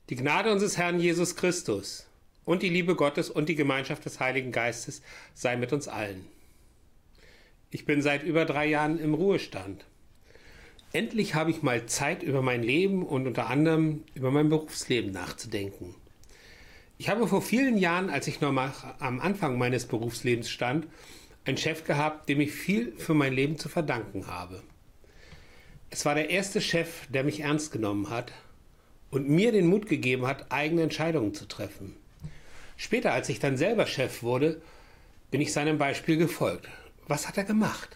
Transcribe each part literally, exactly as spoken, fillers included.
Die Gnade unseres Herrn Jesus Christus und die Liebe Gottes und die Gemeinschaft des Heiligen Geistes sei mit uns allen. Ich bin seit über drei Jahren im Ruhestand. Endlich habe ich mal Zeit, über mein Leben und unter anderem über mein Berufsleben nachzudenken. Ich habe vor vielen Jahren, als ich noch mal am Anfang meines Berufslebens stand, einen Chef gehabt, dem ich viel für mein Leben zu verdanken habe. Es war der erste Chef, der mich ernst genommen hat und mir den Mut gegeben hat, eigene Entscheidungen zu treffen. Später, als ich dann selber Chef wurde, bin ich seinem Beispiel gefolgt. Was hat er gemacht?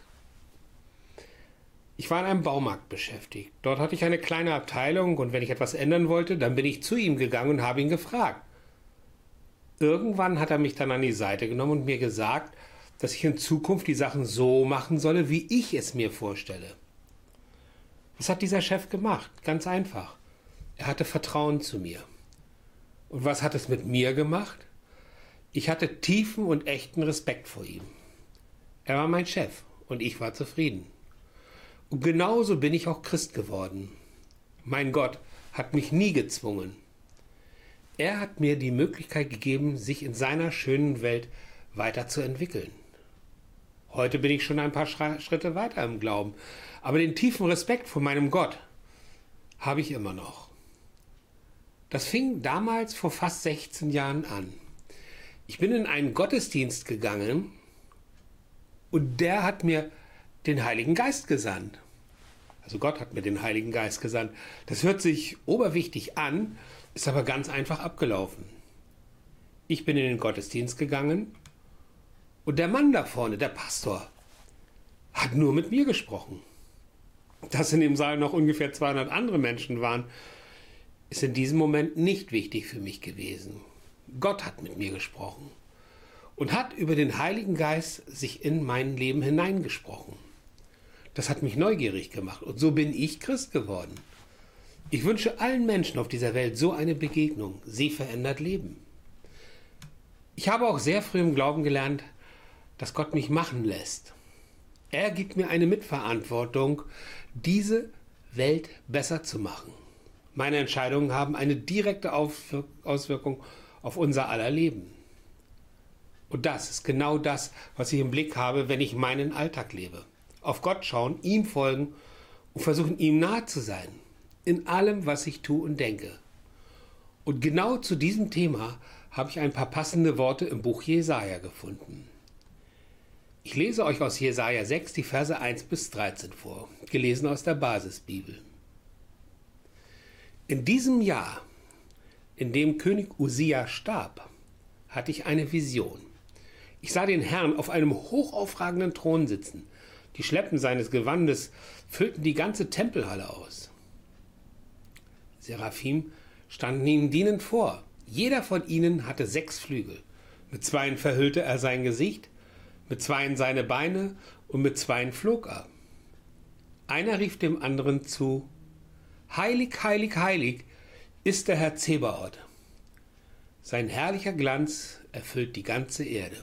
Ich war in einem Baumarkt beschäftigt. Dort hatte ich eine kleine Abteilung und wenn ich etwas ändern wollte, dann bin ich zu ihm gegangen und habe ihn gefragt. Irgendwann hat er mich dann an die Seite genommen und mir gesagt, dass ich in Zukunft die Sachen so machen solle, wie ich es mir vorstelle. Was hat dieser Chef gemacht? Ganz einfach. Er hatte Vertrauen zu mir. Und was hat es mit mir gemacht? Ich hatte tiefen und echten Respekt vor ihm. Er war mein Chef und ich war zufrieden. Und genauso bin ich auch Christ geworden. Mein Gott hat mich nie gezwungen. Er hat mir die Möglichkeit gegeben, sich in seiner schönen Welt weiterzuentwickeln. Heute bin ich schon ein paar Schritte weiter im Glauben, aber den tiefen Respekt vor meinem Gott habe ich immer noch. Das fing damals vor fast sechzehn Jahren an. Ich bin in einen Gottesdienst gegangen und der hat mir den Heiligen Geist gesandt. Also Gott hat mir den Heiligen Geist gesandt. Das hört sich oberwichtig an, ist aber ganz einfach abgelaufen. Ich bin in den Gottesdienst gegangen und der Mann da vorne, der Pastor, hat nur mit mir gesprochen. Dass in dem Saal noch ungefähr zweihundert andere Menschen waren, ist in diesem Moment nicht wichtig für mich gewesen. Gott hat mit mir gesprochen und hat über den Heiligen Geist sich in mein Leben hineingesprochen. Das hat mich neugierig gemacht und so bin ich Christ geworden. Ich wünsche allen Menschen auf dieser Welt so eine Begegnung. Sie verändert Leben. Ich habe auch sehr früh im Glauben gelernt, dass Gott mich machen lässt. Er gibt mir eine Mitverantwortung, diese Welt besser zu machen. Meine Entscheidungen haben eine direkte Auswirkung auf unser aller Leben. Und das ist genau das, was ich im Blick habe, wenn ich meinen Alltag lebe. Auf Gott schauen, ihm folgen und versuchen, ihm nahe zu sein. In allem, was ich tue und denke. Und genau zu diesem Thema habe ich ein paar passende Worte im Buch Jesaja gefunden. Ich lese euch aus Jesaja sechs die Verse eins bis dreizehn vor, gelesen aus der Basisbibel. In diesem Jahr, in dem König Usia starb, hatte ich eine Vision. Ich sah den Herrn auf einem hochaufragenden Thron sitzen. Die Schleppen seines Gewandes füllten die ganze Tempelhalle aus. Seraphim standen ihm dienend vor. Jeder von ihnen hatte sechs Flügel. Mit zweien verhüllte er sein Gesicht, mit zweien seine Beine und mit zweien flog er. Einer rief dem anderen zu: Heilig, heilig, heilig ist der Herr Zebaoth. Sein herrlicher Glanz erfüllt die ganze Erde.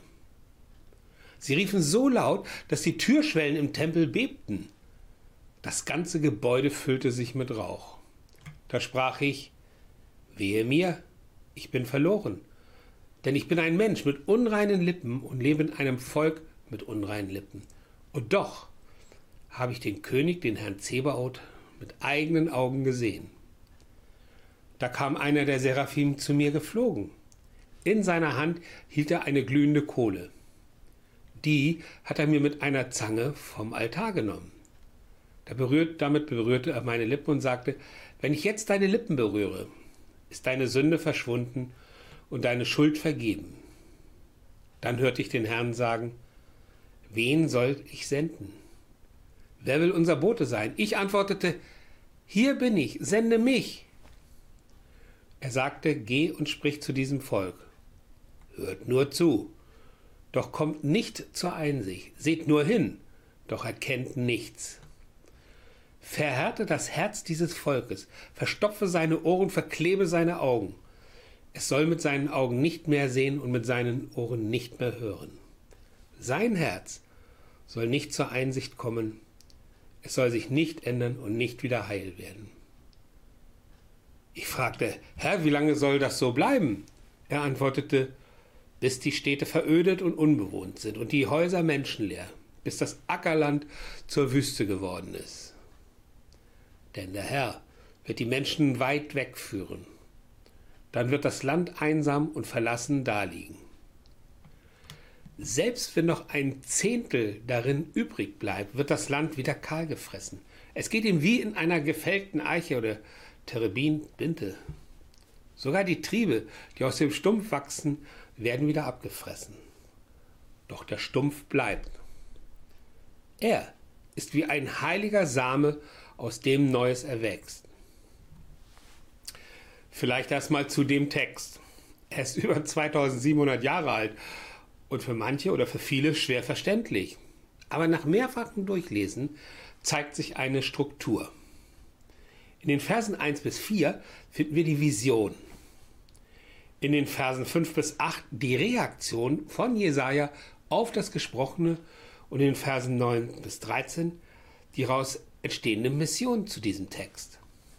Sie riefen so laut, dass die Türschwellen im Tempel bebten. Das ganze Gebäude füllte sich mit Rauch. Da sprach ich: Wehe mir, ich bin verloren, denn ich bin ein Mensch mit unreinen Lippen und lebe in einem Volk mit unreinen Lippen. Und doch habe ich den König, den Herrn Zebaoth, mit eigenen Augen gesehen. Da kam einer der Seraphim zu mir geflogen. In seiner Hand hielt er eine glühende Kohle. Die hat er mir mit einer Zange vom Altar genommen. Da berührt, damit berührte er meine Lippen und sagte: Wenn ich jetzt deine Lippen berühre, ist deine Sünde verschwunden und deine Schuld vergeben. Dann hörte ich den Herrn sagen: Wen soll ich senden? Wer will unser Bote sein? Ich antwortete: Hier bin ich, sende mich. Er sagte: Geh und sprich zu diesem Volk. Hört nur zu, doch kommt nicht zur Einsicht. Seht nur hin, doch erkennt nichts. Verhärte das Herz dieses Volkes, verstopfe seine Ohren, verklebe seine Augen. Es soll mit seinen Augen nicht mehr sehen und mit seinen Ohren nicht mehr hören. Sein Herz soll nicht zur Einsicht kommen, es soll sich nicht ändern und nicht wieder heil werden. Ich fragte, Herr, wie lange soll das so bleiben? Er antwortete, bis die Städte verödet und unbewohnt sind und die Häuser menschenleer, bis das Ackerland zur Wüste geworden ist. Denn der Herr wird die Menschen weit wegführen. Dann wird das Land einsam und verlassen daliegen. Selbst wenn noch ein Zehntel darin übrig bleibt, wird das Land wieder kahl gefressen. Es geht ihm wie in einer gefällten Eiche oder Terebinbinte. Sogar die Triebe, die aus dem Stumpf wachsen, werden wieder abgefressen. Doch der Stumpf bleibt. Er ist wie ein heiliger Same, aus dem Neues erwächst. Vielleicht erstmal zu dem Text. Er ist über zweitausendsiebenhundert Jahre alt und für manche oder für viele schwer verständlich. Aber nach mehrfachem Durchlesen zeigt sich eine Struktur. In den Versen eins bis vier finden wir die Vision. In den Versen fünf bis acht die Reaktion von Jesaja auf das Gesprochene und in den Versen neun bis dreizehn die daraus entstehende Mission zu diesem Text.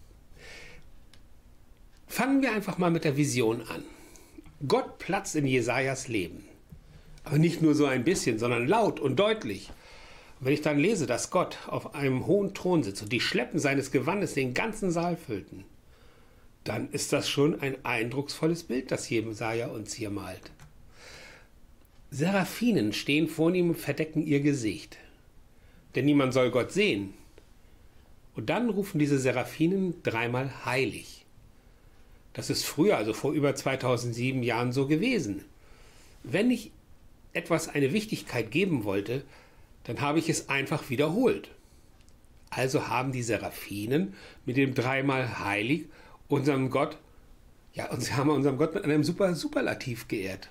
Fangen wir einfach mal mit der Vision an. Gott platzt in Jesajas Leben. Aber nicht nur so ein bisschen, sondern laut und deutlich. Und wenn ich dann lese, dass Gott auf einem hohen Thron sitzt und die Schleppen seines Gewandes den ganzen Saal füllten, dann ist das schon ein eindrucksvolles Bild, das Jesaja uns hier malt. Seraphinen stehen vor ihm und verdecken ihr Gesicht. Denn niemand soll Gott sehen. Und dann rufen diese Seraphinen dreimal heilig. Das ist früher, also vor über zweitausendsieben Jahren so gewesen. Wenn ich etwas eine Wichtigkeit geben wollte, dann habe ich es einfach wiederholt. Also haben die Seraphinen mit dem dreimal heilig unserem Gott, ja, und sie haben unserem Gott mit einem super Superlativ geehrt.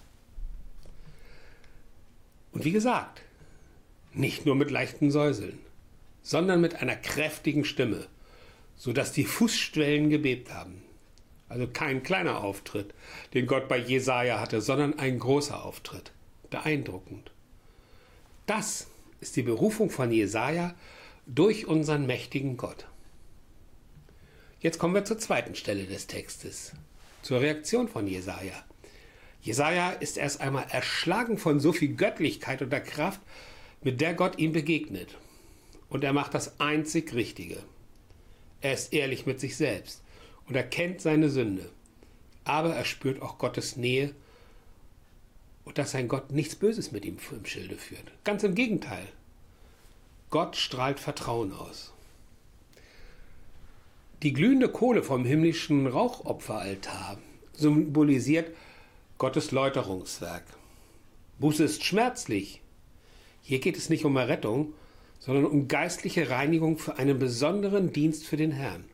Und wie gesagt, nicht nur mit leichten Säuseln, sondern mit einer kräftigen Stimme, sodass die Fußschwellen gebebt haben. Also kein kleiner Auftritt, den Gott bei Jesaja hatte, sondern ein großer Auftritt. Beeindruckend. Das ist die Berufung von Jesaja durch unseren mächtigen Gott. Jetzt kommen wir zur zweiten Stelle des Textes, zur Reaktion von Jesaja. Jesaja ist erst einmal erschlagen von so viel Göttlichkeit und der Kraft, mit der Gott ihm begegnet. Und er macht das einzig Richtige. Er ist ehrlich mit sich selbst und erkennt seine Sünde. Aber er spürt auch Gottes Nähe und dass sein Gott nichts Böses mit ihm im Schilde führt. Ganz im Gegenteil. Gott strahlt Vertrauen aus. Die glühende Kohle vom himmlischen Rauchopferaltar symbolisiert Gottes Läuterungswerk. Buße ist schmerzlich. Hier geht es nicht um Errettung, sondern um geistliche Reinigung für einen besonderen Dienst für den Herrn.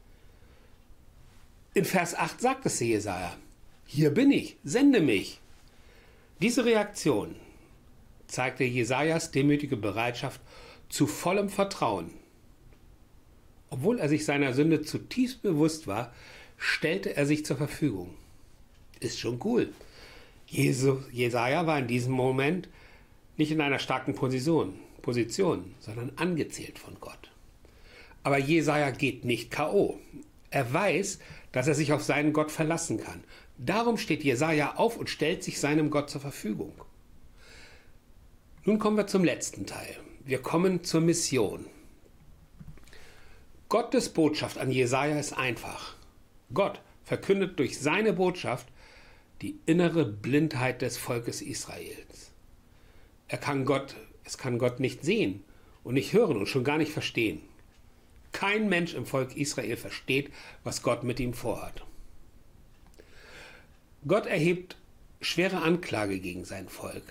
In Vers acht sagt es Jesaja: Hier bin ich, sende mich. Diese Reaktion zeigte Jesajas demütige Bereitschaft zu vollem Vertrauen. Obwohl er sich seiner Sünde zutiefst bewusst war, stellte er sich zur Verfügung. Ist schon cool. Jesu, Jesaja war in diesem Moment nicht in einer starken Position, Position, sondern angezählt von Gott. Aber Jesaja geht nicht K O. Er weiß, dass er sich auf seinen Gott verlassen kann. Darum steht Jesaja auf und stellt sich seinem Gott zur Verfügung. Nun kommen wir zum letzten Teil. Wir kommen zur Mission. Gottes Botschaft an Jesaja ist einfach. Gott verkündet durch seine Botschaft die innere Blindheit des Volkes Israels. Er kann Gott, es kann Gott nicht sehen und nicht hören und schon gar nicht verstehen. Kein Mensch im Volk Israel versteht, was Gott mit ihm vorhat. Gott erhebt schwere Anklage gegen sein Volk.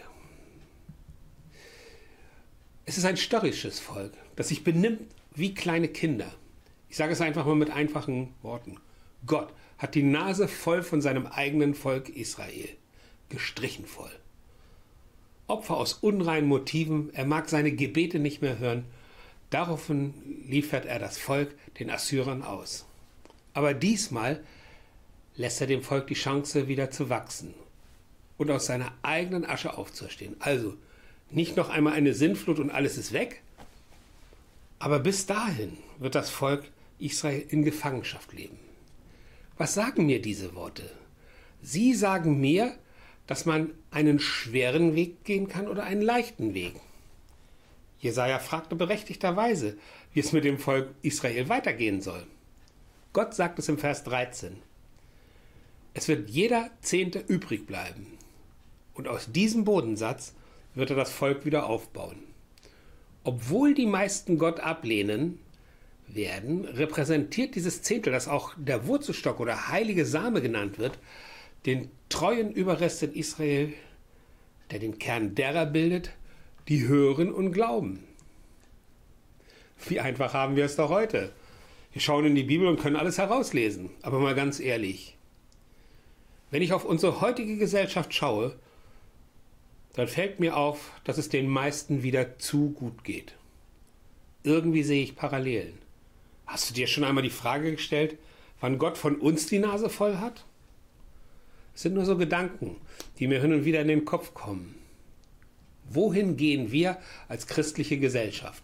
Es ist ein störrisches Volk, das sich benimmt wie kleine Kinder. Ich sage es einfach mal mit einfachen Worten. Gott hat die Nase voll von seinem eigenen Volk Israel. Gestrichen voll. Opfer aus unreinen Motiven, er mag seine Gebete nicht mehr hören. Daraufhin liefert er das Volk den Assyrern aus. Aber diesmal lässt er dem Volk die Chance, wieder zu wachsen und aus seiner eigenen Asche aufzustehen. Also nicht noch einmal eine Sintflut und alles ist weg, aber bis dahin wird das Volk Israel in Gefangenschaft leben. Was sagen mir diese Worte? Sie sagen mir, dass man einen schweren Weg gehen kann oder einen leichten Weg. Jesaja fragte berechtigterweise, wie es mit dem Volk Israel weitergehen soll. Gott sagt es im Vers dreizehn. Es wird jeder Zehnte übrig bleiben. Und aus diesem Bodensatz wird er das Volk wieder aufbauen. Obwohl die meisten Gott ablehnen werden, repräsentiert dieses Zehntel, das auch der Wurzelstock oder heilige Same genannt wird, den treuen Überrest in Israel, der den Kern derer bildet, die hören und glauben. Wie einfach haben wir es doch heute. Wir schauen in die Bibel und können alles herauslesen. Aber mal ganz ehrlich, wenn ich auf unsere heutige Gesellschaft schaue, dann fällt mir auf, dass es den meisten wieder zu gut geht. Irgendwie sehe ich Parallelen. Hast du dir schon einmal die Frage gestellt, wann Gott von uns die Nase voll hat? Es sind nur so Gedanken, die mir hin und wieder in den Kopf kommen. Wohin gehen wir als christliche Gesellschaft?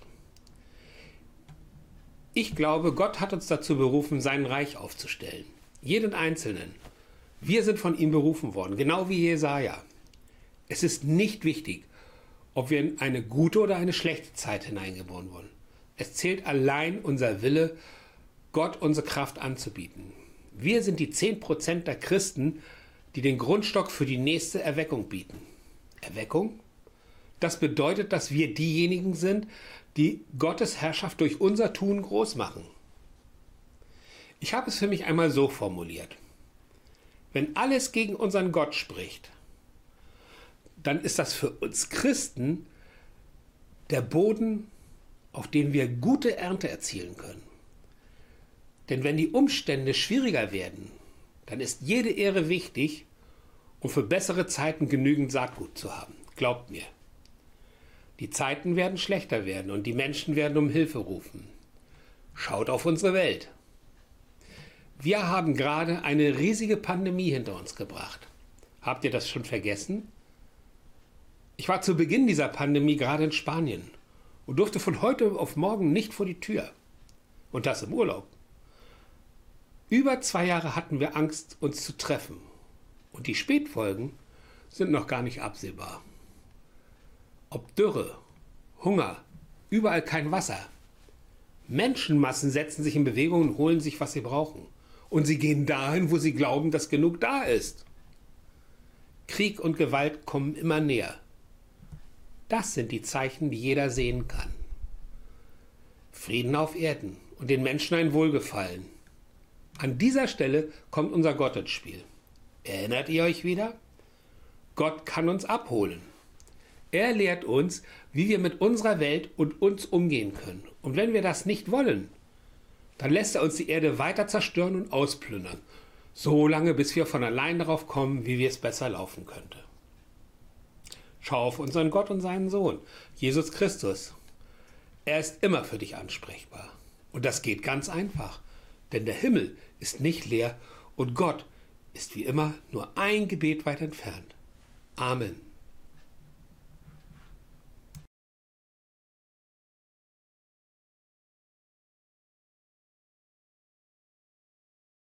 Ich glaube, Gott hat uns dazu berufen, sein Reich aufzustellen. Jeden Einzelnen. Wir sind von ihm berufen worden, genau wie Jesaja. Es ist nicht wichtig, ob wir in eine gute oder eine schlechte Zeit hineingeboren wurden. Es zählt allein unser Wille, Gott unsere Kraft anzubieten. Wir sind die zehn Prozent der Christen, die den Grundstock für die nächste Erweckung bieten. Erweckung? Das bedeutet, dass wir diejenigen sind, die Gottes Herrschaft durch unser Tun groß machen. Ich habe es für mich einmal so formuliert. Wenn alles gegen unseren Gott spricht, dann ist das für uns Christen der Boden, auf dem wir gute Ernte erzielen können. Denn wenn die Umstände schwieriger werden, dann ist jede Ehre wichtig, um für bessere Zeiten genügend Saatgut zu haben. Glaubt mir. Die Zeiten werden schlechter werden und die Menschen werden um Hilfe rufen. Schaut auf unsere Welt. Wir haben gerade eine riesige Pandemie hinter uns gebracht. Habt ihr das schon vergessen? Ich war zu Beginn dieser Pandemie gerade in Spanien und durfte von heute auf morgen nicht vor die Tür. Und das im Urlaub. Über zwei Jahre hatten wir Angst, uns zu treffen. Und die Spätfolgen sind noch gar nicht absehbar. Ob Dürre, Hunger, überall kein Wasser. Menschenmassen setzen sich in Bewegung und holen sich, was sie brauchen. Und sie gehen dahin, wo sie glauben, dass genug da ist. Krieg und Gewalt kommen immer näher. Das sind die Zeichen, die jeder sehen kann. Frieden auf Erden und den Menschen ein Wohlgefallen. An dieser Stelle kommt unser Gott ins Spiel. Erinnert ihr euch wieder? Gott kann uns abholen. Er lehrt uns, wie wir mit unserer Welt und uns umgehen können. Und wenn wir das nicht wollen, dann lässt er uns die Erde weiter zerstören und ausplündern. So lange, bis wir von allein darauf kommen, wie wir es besser laufen könnte. Schau auf unseren Gott und seinen Sohn, Jesus Christus. Er ist immer für dich ansprechbar. Und das geht ganz einfach. Denn der Himmel ist nicht leer und Gott ist wie immer nur ein Gebet weit entfernt. Amen.